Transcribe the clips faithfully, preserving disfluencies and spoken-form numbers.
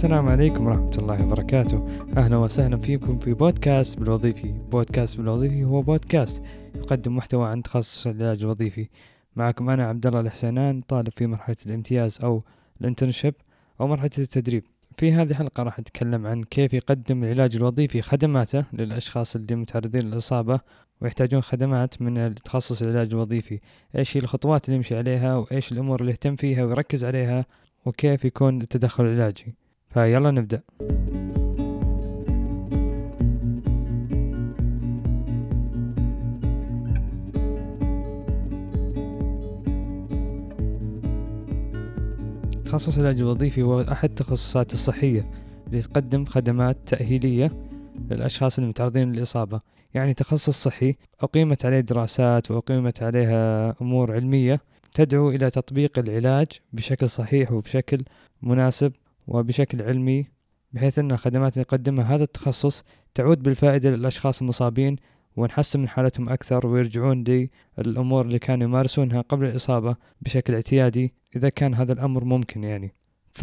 السلام عليكم ورحمة الله وبركاته. أهلا وسهلا فيكم في بودكاست بالوظيفي. بودكاست بالوظيفي هو بودكاست يقدم محتوى عن تخصص العلاج الوظيفي. معكم أنا عبد الله الحسنان، طالب في مرحلة الامتياز أو الانترنشيب أو مرحلة التدريب. في هذه الحلقة راح أتكلم عن كيف يقدم العلاج الوظيفي خدماته للأشخاص اللي متعرضين للإصابة ويحتاجون خدمات من تخصص العلاج الوظيفي. إيش هي الخطوات اللي يمشي عليها، وإيش الأمور اللي يهتم فيها ويركز عليها، وكيف يكون التدخل العلاجي. فيلا نبدأ. تخصص العلاج الوظيفي هو أحد التخصصات الصحية اللي تقدم خدمات تأهيلية للأشخاص المتعرضين للإصابة. يعني تخصص صحي أقيمت عليه دراسات وأقيمت عليها أمور علمية تدعو إلى تطبيق العلاج بشكل صحيح وبشكل مناسب وبشكل علمي، بحيث أن الخدمات اللي يقدمها هذا التخصص تعود بالفائدة للأشخاص المصابين ونحسن من حالتهم أكثر، ويرجعون للأمور اللي كانوا يمارسونها قبل الإصابة بشكل اعتيادي إذا كان هذا الأمر ممكن. يعني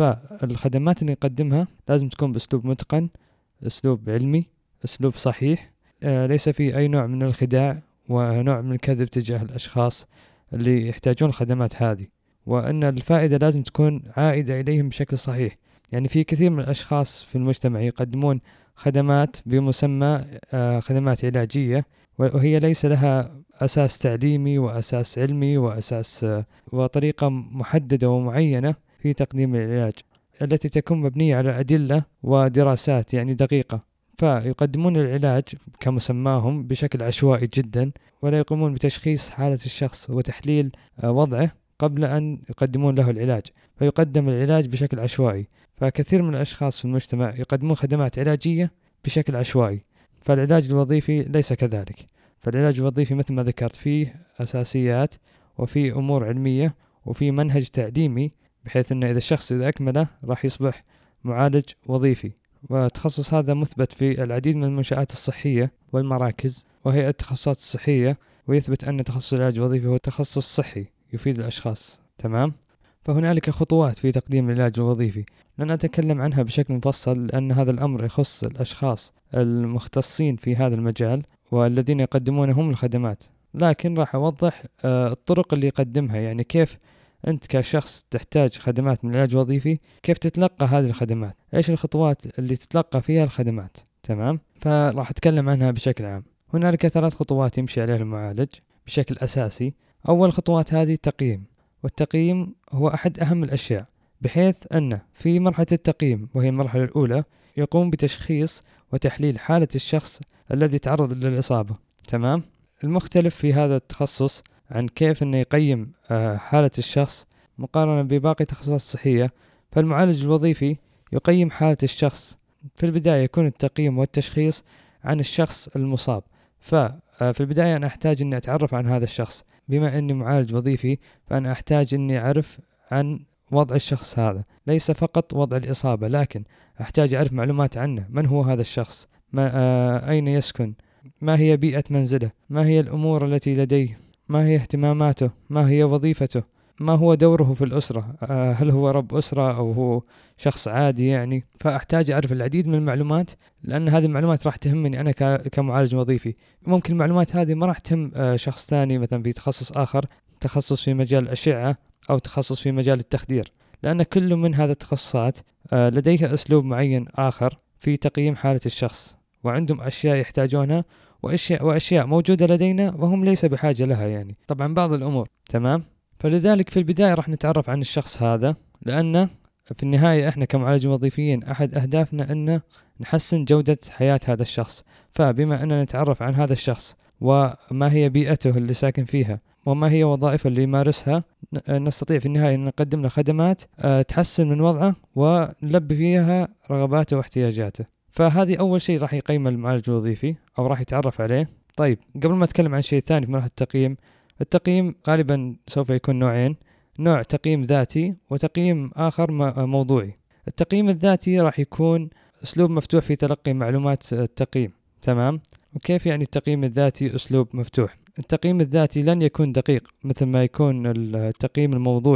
فالخدمات اللي يقدمها لازم تكون بأسلوب متقن، أسلوب علمي، أسلوب صحيح، آه ليس فيه أي نوع من الخداع ونوع من الكذب تجاه الأشخاص اللي يحتاجون الخدمات هذه، وأن الفائدة لازم تكون عائدة إليهم بشكل صحيح. يعني في كثير من الأشخاص في المجتمع يقدمون خدمات بمسمى آه خدمات علاجية، وهي ليس لها أساس تعليمي وأساس علمي وأساس آه وطريقة محددة ومعينة في تقديم العلاج، التي تكون مبنية على أدلة ودراسات يعني دقيقة. فيقدمون العلاج كمسماهم بشكل عشوائي جدا، ولا يقومون بتشخيص حالة الشخص وتحليل آه وضعه قبل أن يقدمون له العلاج، فيقدم العلاج بشكل عشوائي. فكثير من الأشخاص في المجتمع يقدمون خدمات علاجية بشكل عشوائي، فالعلاج الوظيفي ليس كذلك. فالعلاج الوظيفي مثل ما ذكرت فيه أساسيات وفيه أمور علمية وفيه منهج تعليمي، بحيث أن إذا الشخص إذا أكمله راح يصبح معالج وظيفي. والتخصص هذا مثبت في العديد من المنشآت الصحية والمراكز وهيئة التخصصات الصحية، ويثبت أن تخصص العلاج الوظيفي هو تخصص صحي يفيد الأشخاص. تمام؟ فهنالك خطوات في تقديم العلاج الوظيفي لن أتكلم عنها بشكل مفصل، لأن هذا الأمر يخص الأشخاص المختصين في هذا المجال والذين يقدمون هم الخدمات، لكن راح أوضح آه الطرق اللي يقدمها. يعني كيف أنت كشخص تحتاج خدمات من العلاج الوظيفي، كيف تتلقى هذه الخدمات، إيش الخطوات اللي تتلقى فيها الخدمات. تمام؟ فراح أتكلم عنها بشكل عام. هنالك ثلاث خطوات يمشي عليها المعالج بشكل أساسي. أول خطوات هذه تقييم، والتقييم هو أحد أهم الأشياء، بحيث أن في مرحلة التقييم وهي المرحلة الأولى يقوم بتشخيص وتحليل حالة الشخص الذي تعرض للإصابة. تمام؟ المختلف في هذا التخصص عن كيف أنه يقيم حالة الشخص مقارنة بباقي التخصصات الصحية، فالمعالج الوظيفي يقيم حالة الشخص. في البداية يكون التقييم والتشخيص عن الشخص المصاب، ففي البداية أنا أحتاج أني أتعرف عن هذا الشخص. بما أني معالج وظيفي فأنا أحتاج أني أعرف عن وضع الشخص هذا، ليس فقط وضع الإصابة، لكن أحتاج أعرف معلومات عنه. من هو هذا الشخص؟ ما آه أين يسكن؟ ما هي بيئة منزله؟ ما هي الأمور التي لديه؟ ما هي اهتماماته؟ ما هي وظيفته؟ ما هو دوره في الأسرة؟ آه هل هو رب أسرة أو هو شخص عادي؟ يعني فأحتاج أعرف العديد من المعلومات، لأن هذه المعلومات راح تهمني أنا كمعالج وظيفي. ممكن المعلومات هذه ما راح تهم آه شخص ثاني مثلا في تخصص آخر، تخصص في مجال الأشعة أو تخصص في مجال التخدير، لأن كل من هذا التخصصات آه لديها أسلوب معين آخر في تقييم حالة الشخص، وعندهم أشياء يحتاجونها وأشياء, وأشياء موجودة لدينا وهم ليس بحاجة لها. يعني طبعا بعض الأمور. تمام؟ فلذلك في البداية راح نتعرف عن الشخص هذا، لأن في النهاية إحنا كمعالجين وظيفيين أحد أهدافنا أن نحسن جودة حياة هذا الشخص. فبما أننا نتعرف عن هذا الشخص وما هي بيئته اللي ساكن فيها وما هي وظائفه اللي يمارسها، نستطيع في النهاية أن نقدم له خدمات تحسن من وضعه ونلبي فيها رغباته واحتياجاته. فهذه أول شيء راح يقيم المعالج الوظيفي أو راح يتعرف عليه. طيب قبل ما أتكلم عن شيء ثاني في مرحلة التقييم، التقييم غالبا سوف يكون نوعين: نوع تقييم ذاتي وتقييم آخر موضوعي. التقييم الذاتي راح يكون أسلوب مفتوح في تلقي معلومات التقييم. تمام؟ وكيف يعني التقييم الذاتي أسلوب مفتوح؟ التقييم الذاتي لن يكون دقيق مثل ما يكون التقييم الموضوعي،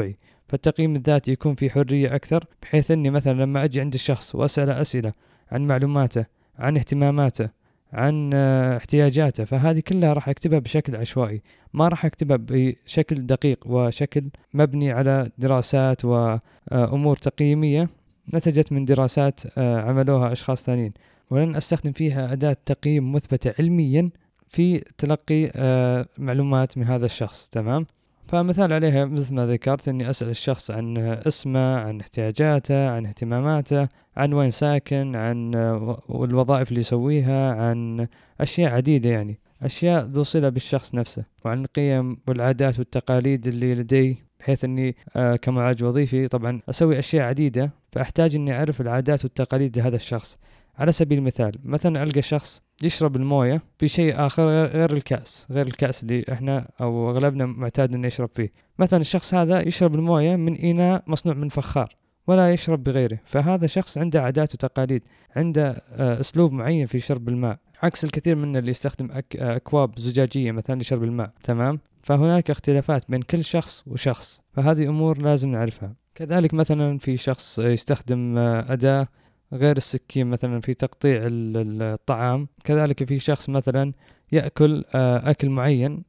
فالتقييم الذاتي يكون فيه حرية أكثر، بحيث أني مثلا لما أجي عند الشخص وأسأله أسئلة عن معلوماته، عن اهتماماته، عن احتياجاته، فهذه كلها راح أكتبها بشكل عشوائي، ما راح أكتبها بشكل دقيق وشكل مبني على دراسات وأمور تقييمية نتجت من دراسات عملوها أشخاص ثانيين، ولن أستخدم فيها أداة تقييم مثبتة علميا في تلقي معلومات من هذا الشخص. تمام؟ فمثال عليها مثل ما ذكرت أني أسأل الشخص عن اسمه، عن احتياجاته، عن اهتماماته، عن وين ساكن، عن الوظائف اللي يسويها، عن أشياء عديدة، يعني أشياء ذو صلة بالشخص نفسه، وعن القيم والعادات والتقاليد اللي لدي، بحيث أني آه كمعالج وظيفي طبعا أسوي أشياء عديدة، فأحتاج أني أعرف العادات والتقاليد لهذا الشخص. على سبيل المثال مثلا ألقى شخص يشرب الموية بشيء آخر غير الكأس غير الكأس اللي إحنا أو أغلبنا معتاد أن يشرب فيه. مثلا الشخص هذا يشرب الموية من إناء مصنوع من فخار ولا يشرب بغيره، فهذا شخص عنده عادات وتقاليد، عنده أسلوب معين في شرب الماء، عكس الكثير منا اللي يستخدم أك أكواب زجاجية مثلا لشرب الماء. تمام؟ فهناك اختلافات بين كل شخص وشخص، فهذه أمور لازم نعرفها. كذلك مثلا في شخص يستخدم أداة غير السكين مثلا في تقطيع الطعام، كذلك في شخص مثلا يأكل أكل معين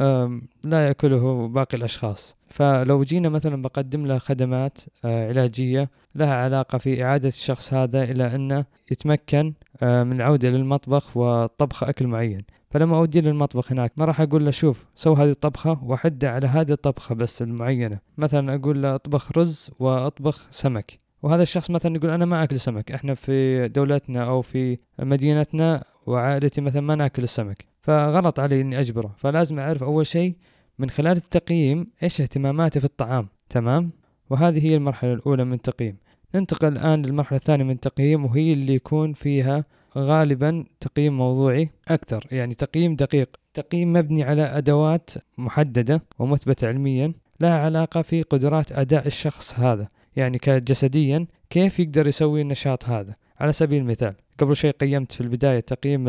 لا يأكله باقي الأشخاص، فلو جينا مثلا بقدم له خدمات علاجية لها علاقة في إعادة الشخص هذا إلى أنه يتمكن من العودة للمطبخ وطبخ أكل معين، فلما أودي للمطبخ هناك ما راح أقول له شوف سو هذه الطبخة وحدة على هذه الطبخة بس المعينة، مثلا أقول له أطبخ رز وأطبخ سمك، وهذا الشخص مثلا يقول أنا ما أكل سمك، إحنا في دولتنا أو في مدينتنا وعائلتي مثلا ما نأكل السمك، فغلط علي إني أجبره. فلازم أعرف أول شيء من خلال التقييم إيش اهتماماته في الطعام. تمام؟ وهذه هي المرحلة الأولى من التقييم. ننتقل الآن للمرحلة الثانية من التقييم، وهي اللي يكون فيها غالبا تقييم موضوعي أكثر، يعني تقييم دقيق، تقييم مبني على أدوات محددة ومثبتة علميا لها علاقة في قدرات أداء الشخص هذا، يعني كجسديا كيف يقدر يسوي النشاط هذا. على سبيل المثال قبل شيء قيمت في البداية التقييم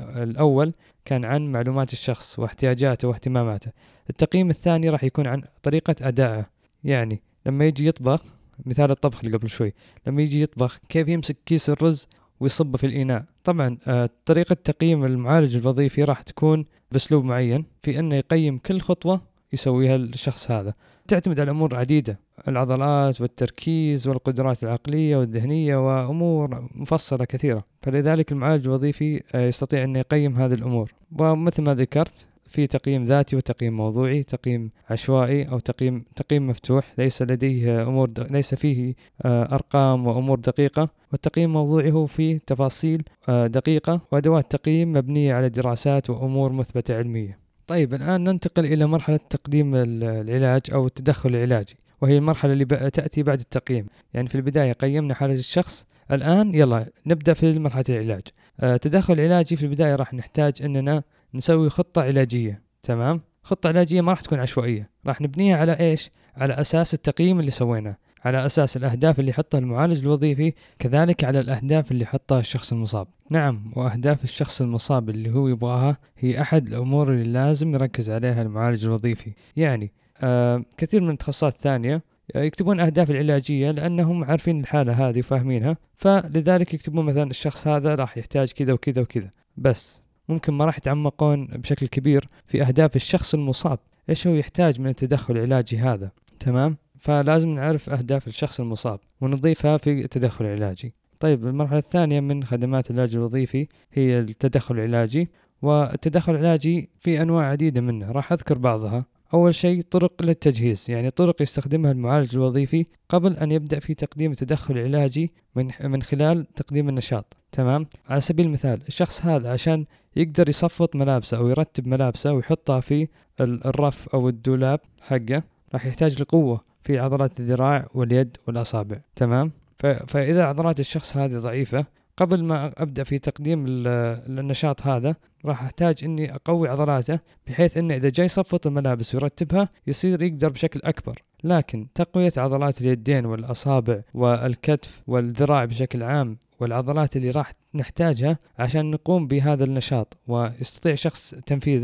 الأول كان عن معلومات الشخص واحتياجاته واهتماماته، التقييم الثاني راح يكون عن طريقة أدائه، يعني لما يجي يطبخ، مثال الطبخ اللي قبل شوي، لما يجي يطبخ كيف يمسك كيس الرز ويصبه في الإناء. طبعا آه طريقة تقييم المعالج الوظيفي راح تكون بأسلوب معين في أنه يقيم كل خطوة يسويها الشخص هذا، تعتمد على أمور عديدة، العضلات والتركيز والقدرات العقلية والذهنية وأمور مفصلة كثيرة، فلذلك المعالج الوظيفي يستطيع أن يقيم هذه الأمور. ومثل ما ذكرت في تقييم ذاتي وتقييم موضوعي، تقييم عشوائي أو تقييم تقييم مفتوح ليس لديه أمور د... ليس فيه أرقام وأمور دقيقة، والتقييم الموضوعي هو فيه تفاصيل دقيقة وأدوات تقييم مبنية على دراسات وأمور مثبتة علمية. طيب الآن ننتقل إلى مرحلة تقديم العلاج أو التدخل العلاجي، وهي المرحلة اللي تأتي بعد التقييم. يعني في البداية قيمنا حالة الشخص، الآن يلا نبدأ في مرحلة العلاج. التدخل العلاجي في البداية راح نحتاج أننا نسوي خطة علاجية. تمام؟ خطة علاجية ما راح تكون عشوائية، راح نبنيها على إيش؟ على أساس التقييم اللي سويناه، على أساس الأهداف اللي حطها المعالج الوظيفي، كذلك على الأهداف اللي حطها الشخص المصاب. نعم، وأهداف الشخص المصاب اللي هو يبغاها هي أحد الأمور اللي لازم يركز عليها المعالج الوظيفي. يعني آه كثير من التخصصات الثانية يكتبون أهداف العلاجية لأنهم عارفين الحالة هذه وفاهمينها، فلذلك يكتبون مثلا الشخص هذا راح يحتاج كذا وكذا وكذا، بس ممكن ما راح يتعمقون بشكل كبير في أهداف الشخص المصاب، إيش هو يحتاج من التدخل العلاجي هذا. تمام؟ فلازم نعرف أهداف الشخص المصاب ونضيفها في التدخل العلاجي. طيب المرحلة الثانية من خدمات العلاج الوظيفي هي التدخل العلاجي، والتدخل العلاجي في أنواع عديدة منه، راح أذكر بعضها. أول شيء طرق للتجهيز، يعني طرق يستخدمها المعالج الوظيفي قبل أن يبدأ في تقديم التدخل العلاجي من من خلال تقديم النشاط. تمام؟ على سبيل المثال الشخص هذا عشان يقدر يصفط ملابسه أو يرتب ملابسه ويحطها في الرف أو الدولاب حقه، راح يحتاج لقوة في عضلات الذراع واليد والأصابع. تمام؟ فإذا عضلات الشخص هذه ضعيفة، قبل ما أبدأ في تقديم النشاط هذا راح أحتاج إني أقوي عضلاته، بحيث إنه إذا جاي يصفط الملابس ويرتبها يصير يقدر بشكل أكبر. لكن تقوية عضلات اليدين والأصابع والكتف والذراع بشكل عام والعضلات اللي راح نحتاجها عشان نقوم بهذا النشاط ويستطيع شخص تنفيذه،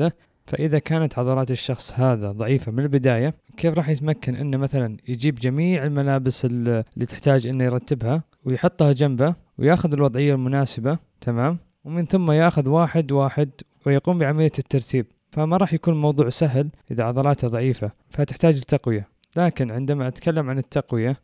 فإذا كانت عضلات الشخص هذا ضعيفة من البداية، كيف راح يتمكن إنه مثلا يجيب جميع الملابس اللي تحتاج إنه يرتبها ويحطها جنبه وياخذ الوضعية المناسبة، تمام، ومن ثم ياخذ واحد واحد ويقوم بعملية الترتيب. فما راح يكون الموضوع سهل إذا عضلاته ضعيفة، فتحتاج التقوية. لكن عندما أتكلم عن التقوية،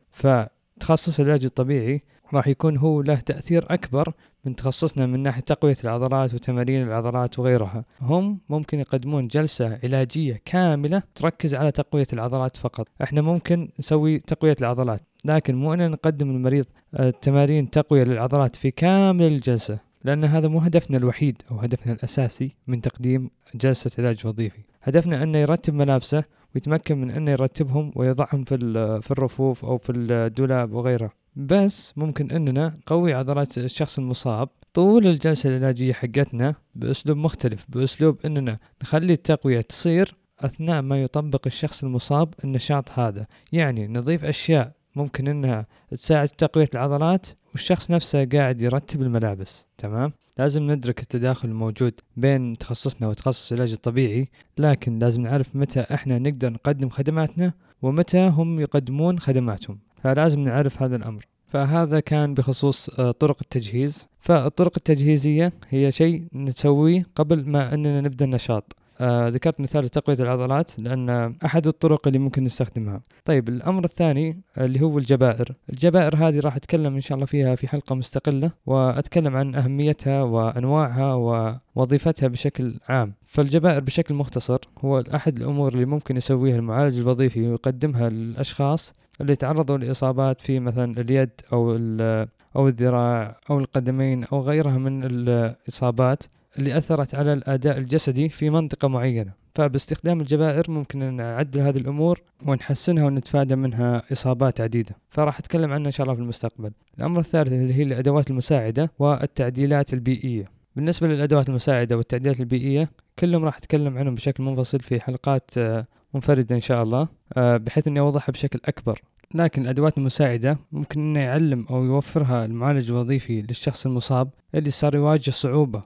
فتخصص العلاج الطبيعي راح يكون هو له تأثير أكبر من تخصصنا من ناحية تقوية العضلات وتمارين العضلات وغيرها. هم ممكن يقدمون جلسة علاجية كاملة تركز على تقوية العضلات فقط. احنا ممكن نسوي تقوية العضلات، لكن مو أن نقدم للمريض تمارين تقوية للعضلات في كامل الجلسة، لأن هذا مو هدفنا الوحيد أو هدفنا الأساسي من تقديم جلسة علاج وظيفي. هدفنا أنه يرتب ملابسه ويتمكن من أنه يرتبهم ويضعهم في في الرفوف أو في الدولاب وغيره. بس ممكن أننا نقوي عضلات الشخص المصاب طول الجلسة العلاجية حقتنا بأسلوب مختلف، بأسلوب أننا نخلي التقوية تصير أثناء ما يطبق الشخص المصاب النشاط هذا. يعني نضيف أشياء ممكن أنها تساعد تقوية العضلات والشخص نفسه قاعد يرتب الملابس، تمام. لازم ندرك التداخل الموجود بين تخصصنا وتخصص العلاج الطبيعي، لكن لازم نعرف متى احنا نقدر نقدم خدماتنا ومتى هم يقدمون خدماتهم، فلازم نعرف هذا الأمر. فهذا كان بخصوص طرق التجهيز. فالطرق التجهيزية هي شيء نسويه قبل ما أننا نبدأ النشاط. آه ذكرت مثال تقوية العضلات لأن أحد الطرق اللي ممكن نستخدمها. طيب الأمر الثاني اللي هو الجبائر. الجبائر هذه راح أتكلم إن شاء الله فيها في حلقة مستقلة، وأتكلم عن أهميتها وأنواعها ووظيفتها بشكل عام. فالجبائر بشكل مختصر هو أحد الأمور اللي ممكن يسويها المعالج الوظيفي ويقدمها للأشخاص اللي تعرضوا لإصابات في مثلا اليد أو أو الذراع أو القدمين أو غيرها من الإصابات اللي أثرت على الأداء الجسدي في منطقة معينة. فباستخدام الجبائر ممكن أن نعدل هذه الأمور ونحسنها ونتفادى منها إصابات عديدة، فراح أتكلم عنها إن شاء الله في المستقبل. الأمر الثالث اللي هي الأدوات المساعدة والتعديلات البيئية. بالنسبة للأدوات المساعدة والتعديلات البيئية كلهم راح أتكلم عنهم بشكل منفصل في حلقات منفردة إن شاء الله، بحيث أني أوضحها بشكل أكبر. لكن الأدوات المساعدة ممكن أنه يعلم أو يوفرها المعالج الوظيفي للشخص المصاب اللي صار يواجه صعوبة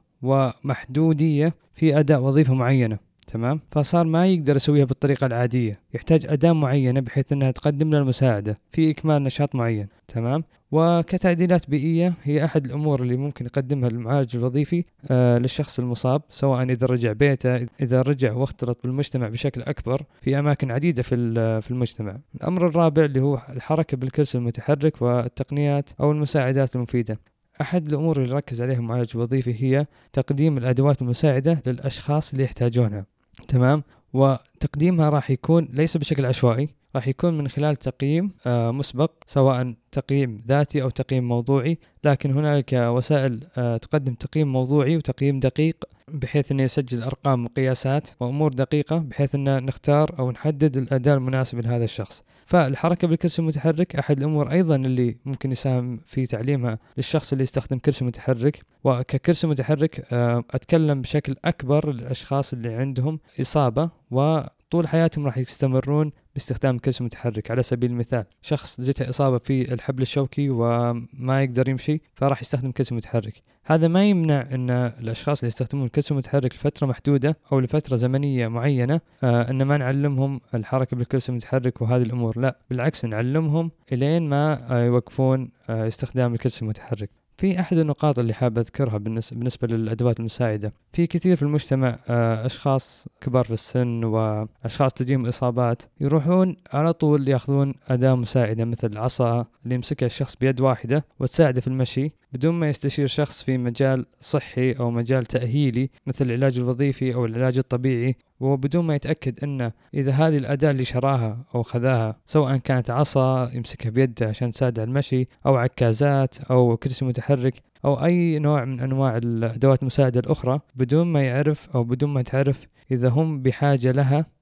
ومحدودية في أداء وظيفة معينة، تمام. فصار ما يقدر يسويها بالطريقة العادية، يحتاج أداة معينة بحيث أنها تقدم له المساعدة في إكمال نشاط معين، تمام. وكتعديلات بيئية هي أحد الأمور اللي ممكن يقدمها المعالج الوظيفي آه للشخص المصاب، سواء إذا رجع بيته، إذا رجع واختلط بالمجتمع بشكل أكبر في أماكن عديدة في في المجتمع. الأمر الرابع اللي هو الحركة بالكرسي المتحرك والتقنيات أو المساعدات المفيدة. أحد الأمور اللي ركز عليها المعالج الوظيفي هي تقديم الأدوات المساعدة للأشخاص اللي يحتاجونها، تمام. وتقديمها راح يكون ليس بشكل عشوائي، راح يكون من خلال تقييم آه مسبق، سواء تقييم ذاتي أو تقييم موضوعي. لكن هنالك وسائل آه تقدم تقييم موضوعي وتقييم دقيق، بحيث أنه يسجل أرقام وقياسات وأمور دقيقة بحيث أنه نختار أو نحدد الأداء المناسب لهذا الشخص. فالحركة بالكرسي المتحرك أحد الأمور أيضا اللي ممكن يساهم في تعليمها للشخص اللي يستخدم كرسي متحرك. وككرسي متحرك أتكلم بشكل أكبر للأشخاص اللي عندهم إصابة وطول حياتهم راح يستمرون باستخدام كرسي متحرك. على سبيل المثال شخص جته إصابة في الحبل الشوكي وما يقدر يمشي، فراح يستخدم كرسي متحرك. هذا ما يمنع أن الأشخاص اللي يستخدمون الكرسي المتحرك لفترة محدودة أو لفترة زمنية معينة آه أن ما نعلمهم الحركة بالكرسي المتحرك وهذه الأمور، لا بالعكس نعلمهم إلين ما آه يوقفون آه استخدام الكرسي المتحرك. في أحد النقاط اللي حابة أذكرها بالنسبة للأدوات المساعدة، في كثير في المجتمع أشخاص كبار في السن وأشخاص تجيهم إصابات يروحون على طول يأخذون أداة مساعدة مثل العصا اللي يمسكها الشخص بيد واحدة وتساعده في المشي بدون ما يستشير شخص في مجال صحي أو مجال تأهيلي مثل العلاج الوظيفي أو العلاج الطبيعي، وبدون ما يتأكد أن إذا هذه الأداة اللي شراها أو خذاها سواء كانت عصا يمسكها بيده عشان تساعد على المشي أو عكازات أو كرسي متحرك أو أي نوع من أنواع الأدوات المساعدة الأخرى، بدون ما يعرف أو بدون ما تعرف إذا هم بحاجة لها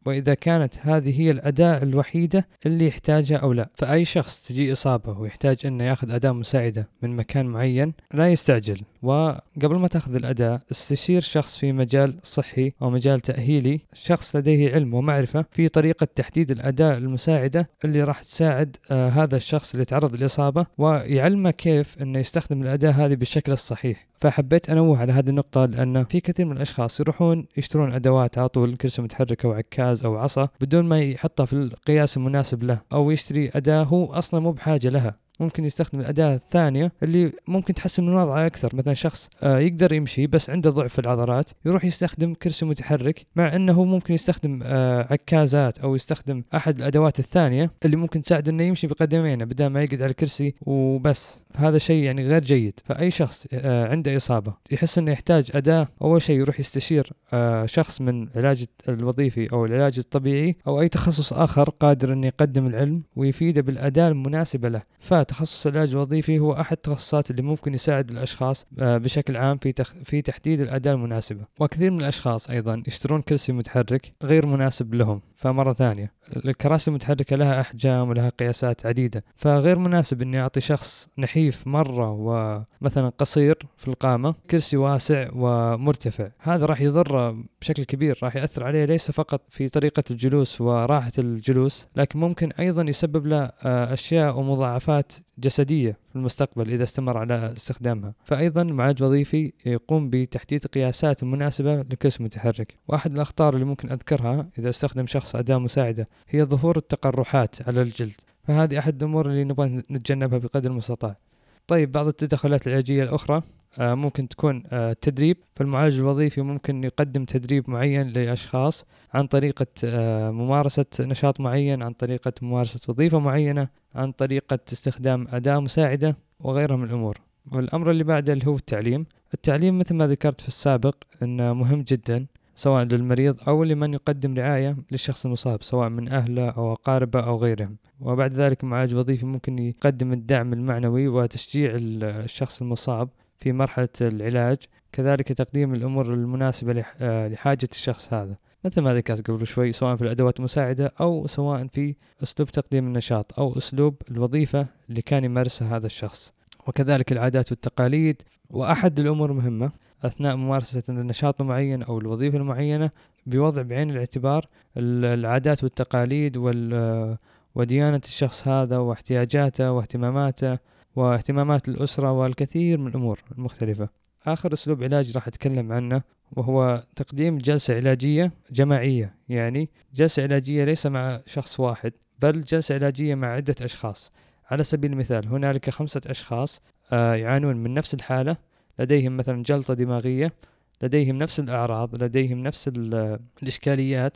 وإذا كانت هذه هي الأداة الوحيدة اللي يحتاجها أو لا. فأي شخص تجي إصابة ويحتاج أنه يأخذ أداة مساعدة من مكان معين لا يستعجل، وقبل ما تأخذ الأداة استشير شخص في مجال صحي أو مجال تأهيلي، شخص لديه علم ومعرفة في طريقة تحديد الأداة المساعدة اللي راح تساعد آه هذا الشخص اللي تعرض للإصابة، ويعلمه كيف أنه يستخدم الأداة هذه بالشكل الصحيح. فحبيت أنوه على هذه النقطة لأن في كثير من الأشخاص يروحون يشترون أدوات على طول، كرسي متحرك أو عكاز أو عصا، بدون ما يحطها في القياس المناسب له، أو يشتري أداة هو أصلا مو بحاجة لها. ممكن يستخدم الأداة الثانية اللي ممكن تحسن من وضعه أكثر. مثلا شخص آه يقدر يمشي بس عنده ضعف في العضلات، يروح يستخدم كرسي متحرك، مع أنه ممكن يستخدم آه عكازات أو يستخدم أحد الأدوات الثانية اللي ممكن تساعد أنه يمشي بقدمينه بدل ما يقعد على الكرسي وبس. هذا شيء يعني غير جيد. فأي شخص آه عنده إصابة يحس أنه يحتاج أداة، أول شيء يروح يستشير آه شخص من العلاج الوظيفي أو العلاج الطبيعي أو أي تخصص آخر قادر أن يقدم العلم ويفيده بالأداة المناسبة له. فتخصص العلاج الوظيفي هو أحد التخصصات اللي ممكن يساعد الأشخاص آه بشكل عام في تخ... في تحديد الأداة المناسبة. وكثير من الأشخاص أيضا يشترون كرسي متحرك غير مناسب لهم. فمرة ثانية الكراسي المتحركة لها أحجام ولها قياسات عديدة، فغير مناسب إني أعطي شخص نحيف مرة ومثلا قصير في القامة كرسي واسع ومرتفع. هذا راح يضر بشكل كبير، راح يأثر عليه ليس فقط في طريقة الجلوس وراحة الجلوس، لكن ممكن أيضا يسبب له أشياء ومضاعفات جسدية في المستقبل إذا استمر على استخدامها. فأيضا المعالج الوظيفي يقوم بتحديد قياسات مناسبة لكرسي متحرك. وأحد الأخطار اللي ممكن أذكرها إذا استخدم شخص أداة مساعدة هي ظهور التقرحات على الجلد، فهذه أحد الأمور اللي نبغى نتجنبها بقدر المستطاع. طيب بعض التدخلات العلاجية الأخرى آه ممكن تكون آه تدريب. فالمعالج الوظيفي ممكن يقدم تدريب معين لأشخاص عن طريقة آه ممارسة نشاط معين، عن طريقة ممارسة وظيفة معينة، عن طريقة استخدام أداة مساعدة وغيرها من الأمور. والأمر اللي بعده اللي هو التعليم. التعليم مثل ما ذكرت في السابق إنه مهم جدا، سواء للمريض أو لمن يقدم رعاية للشخص المصاب، سواء من أهله أو أقاربه أو غيرهم. وبعد ذلك المعالج الوظيفي ممكن يقدم الدعم المعنوي وتشجيع الشخص المصاب في مرحلة العلاج، كذلك تقديم الأمور المناسبة لحاجة الشخص هذا مثل ما ذكرت قبل شوي، سواء في الأدوات المساعدة أو سواء في أسلوب تقديم النشاط أو أسلوب الوظيفة اللي كان يمارسها هذا الشخص. وكذلك العادات والتقاليد. وأحد الأمور المهمة أثناء ممارسة النشاط المعين أو الوظيفة المعينة بوضع بعين الاعتبار العادات والتقاليد وديانة الشخص هذا واحتياجاته واهتماماته واهتمامات الأسرة والكثير من الأمور المختلفة. آخر أسلوب علاج راح أتكلم عنه وهو تقديم جلسة علاجية جماعية، يعني جلسة علاجية ليس مع شخص واحد بل جلسة علاجية مع عدة أشخاص. على سبيل المثال هنالك خمسة أشخاص آه يعانون من نفس الحالة، لديهم مثلا جلطة دماغية، لديهم نفس الأعراض، لديهم نفس الإشكاليات،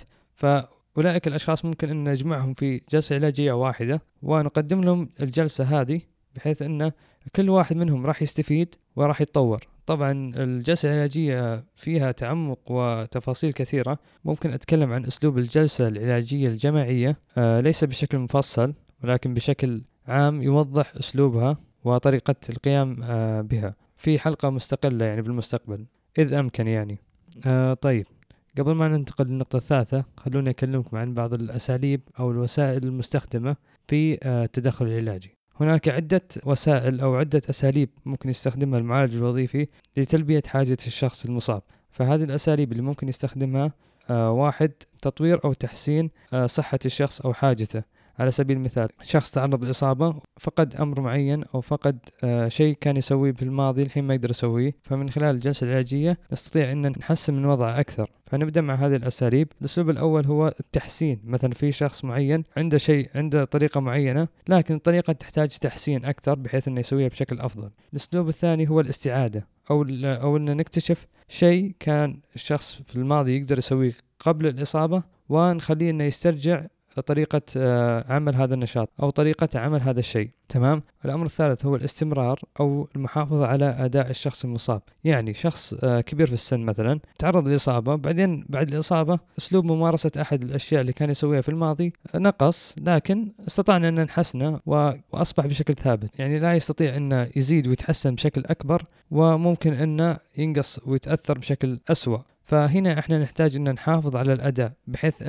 فأولئك الأشخاص ممكن أن نجمعهم في جلسة علاجية واحدة ونقدم لهم الجلسة هذه بحيث أن كل واحد منهم راح يستفيد وراح يتطور. طبعا الجلسة العلاجية فيها تعمق وتفاصيل كثيرة، ممكن أتكلم عن أسلوب الجلسة العلاجية الجماعية آه ليس بشكل مفصل ولكن بشكل عام يوضح أسلوبها وطريقة القيام آه بها في حلقة مستقلة يعني بالمستقبل إذ أمكن يعني. آه طيب قبل ما ننتقل للنقطة الثالثة خلوني أكلمكم عن بعض الأساليب أو الوسائل المستخدمة في آه التدخل العلاجي. هناك عدة وسائل أو عدة أساليب ممكن يستخدمها المعالج الوظيفي لتلبية حاجة الشخص المصاب. فهذه الأساليب اللي ممكن يستخدمها آه واحد، تطوير أو تحسين آه صحة الشخص أو حاجته. على سبيل المثال شخص تعرض لإصابة، فقد أمر معين أو فقد آه شيء كان يسويه في الماضي الحين ما يقدر يسويه، فمن خلال الجلسة العلاجية نستطيع أن نحسن من وضعه أكثر. فنبدأ مع هذه الأساليب. الأسلوب الأول هو التحسين. مثلا في شخص معين عنده شيء عنده طريقة معينة لكن الطريقة تحتاج تحسين أكثر بحيث أنه يسويها بشكل أفضل. الأسلوب الثاني هو الاستعادة أو أو أن نكتشف شيء كان الشخص في الماضي يقدر يسويه قبل الإصابة ونخليه أنه يسترجع طريقة عمل هذا النشاط أو طريقة عمل هذا الشيء. تمام. الأمر الثالث هو الاستمرار أو المحافظة على أداء الشخص المصاب. يعني شخص كبير في السن مثلا تعرض لإصابة، بعدين بعد الإصابة أسلوب ممارسة أحد الأشياء اللي كان يسويها في الماضي نقص، لكن استطعنا أن نحسنه وأصبح بشكل ثابت. يعني لا يستطيع أن يزيد ويتحسن بشكل أكبر وممكن أن ينقص ويتأثر بشكل أسوأ. فهنا احنا نحتاج ان نحافظ على الأداء بحيث ان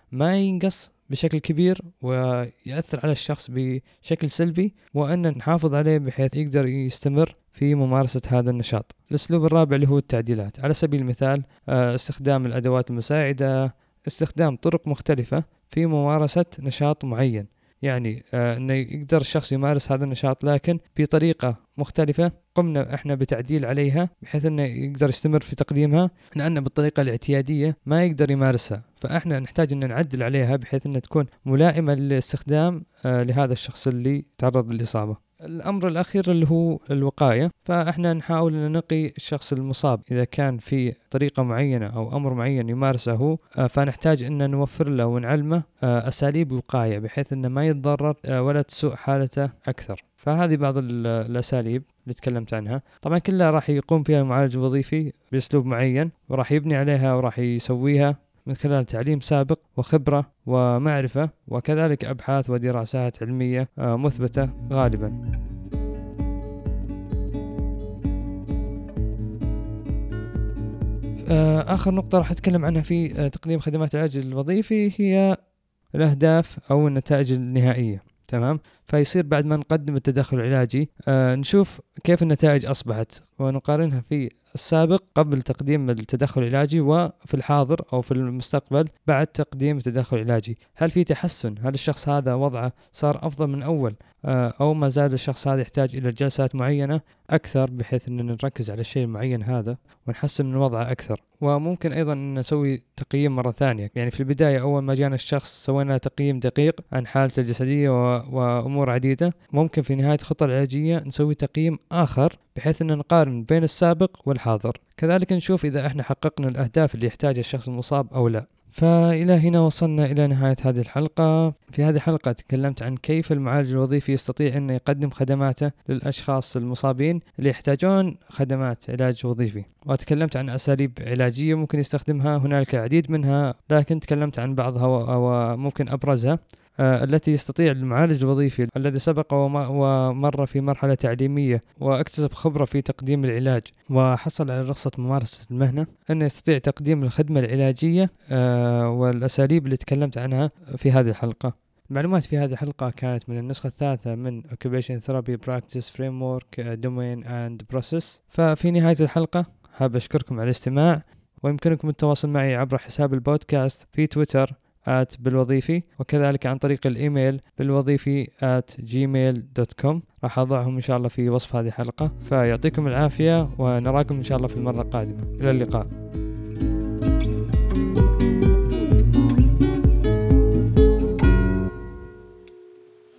ما ينقص بشكل كبير ويأثر على الشخص بشكل سلبي، وأن نحافظ عليه بحيث يقدر يستمر في ممارسة هذا النشاط. الأسلوب الرابع اللي هو التعديلات، على سبيل المثال استخدام الأدوات المساعدة، استخدام طرق مختلفة في ممارسة نشاط معين. يعني آه أنه يقدر الشخص يمارس هذا النشاط لكن بطريقة مختلفة قمنا إحنا بتعديل عليها بحيث أنه يقدر يستمر في تقديمها، لأن بالطريقة الاعتيادية ما يقدر يمارسها، فإحنا نحتاج أن نعدل عليها بحيث أنها تكون ملائمة للاستخدام آه لهذا الشخص اللي تعرض للإصابة. الأمر الأخير اللي هو الوقاية، فإحنا نحاول أن نقي الشخص المصاب إذا كان في طريقة معينة أو أمر معين يمارسه، فنحتاج أن نوفر له ونعلمه أساليب وقاية بحيث أنه ما يتضرر ولا تسوء حالته أكثر. فهذه بعض الأساليب اللي تكلمت عنها. طبعا كلها راح يقوم فيها المعالج الوظيفي بأسلوب معين وراح يبني عليها وراح يسويها من خلال تعليم سابق وخبرة ومعرفة، وكذلك أبحاث ودراسات علمية مثبتة غالبا. آخر نقطة راح أتكلم عنها في تقديم خدمات العلاج الوظيفي هي الأهداف أو النتائج النهائية. تمام، فيصير بعد ما نقدم التدخل العلاجي آه نشوف كيف النتائج أصبحت ونقارنها في السابق قبل تقديم التدخل العلاجي وفي الحاضر أو في المستقبل بعد تقديم التدخل العلاجي. هل في تحسن؟ هل الشخص هذا وضعه صار أفضل من أول آه أو ما زال الشخص هذا يحتاج إلى جلسات معينة أكثر بحيث أننا نركز على الشيء المعين هذا ونحسن من وضعه أكثر. وممكن أيضا نسوي تقييم مرة ثانية، يعني في البداية أول ما جانا الشخص سوينا تقييم دقيق عن حالته الجسدية وأمور عديدة. ممكن في نهاية الخطة العلاجية نسوي تقييم آخر بحيث أن نقارن بين السابق والحاضر، كذلك نشوف إذا إحنا حققنا الأهداف اللي يحتاجها الشخص المصاب أو لا. فإلى هنا وصلنا إلى نهاية هذه الحلقة. في هذه الحلقة تكلمت عن كيف المعالج الوظيفي يستطيع أن يقدم خدماته للأشخاص المصابين اللي يحتاجون خدمات علاج وظيفي، وتكلمت عن أساليب علاجية ممكن يستخدمها، هنالك العديد منها لكن تكلمت عن بعضها وممكن أبرزها التي يستطيع المعالج الوظيفي الذي سبق ومر في مرحلة تعليمية واكتسب خبرة في تقديم العلاج وحصل على رخصة ممارسة المهنة أن يستطيع تقديم الخدمة العلاجية والأساليب اللي تكلمت عنها في هذه الحلقة. المعلومات في هذه الحلقة كانت من النسخة الثالثة من Occupation Therapy Practice Framework Domain and Process. ففي نهاية الحلقة حاب أشكركم على الاستماع، ويمكنكم التواصل معي عبر حساب البودكاست في تويتر آت بالوظيفي، وكذلك عن طريق الإيميل بالوظيفي آت جيميل دوت كوم. راح أضعهم إن شاء الله في وصف هذه الحلقة. فيعطيكم العافية ونراكم إن شاء الله في المرة القادمة. إلى اللقاء.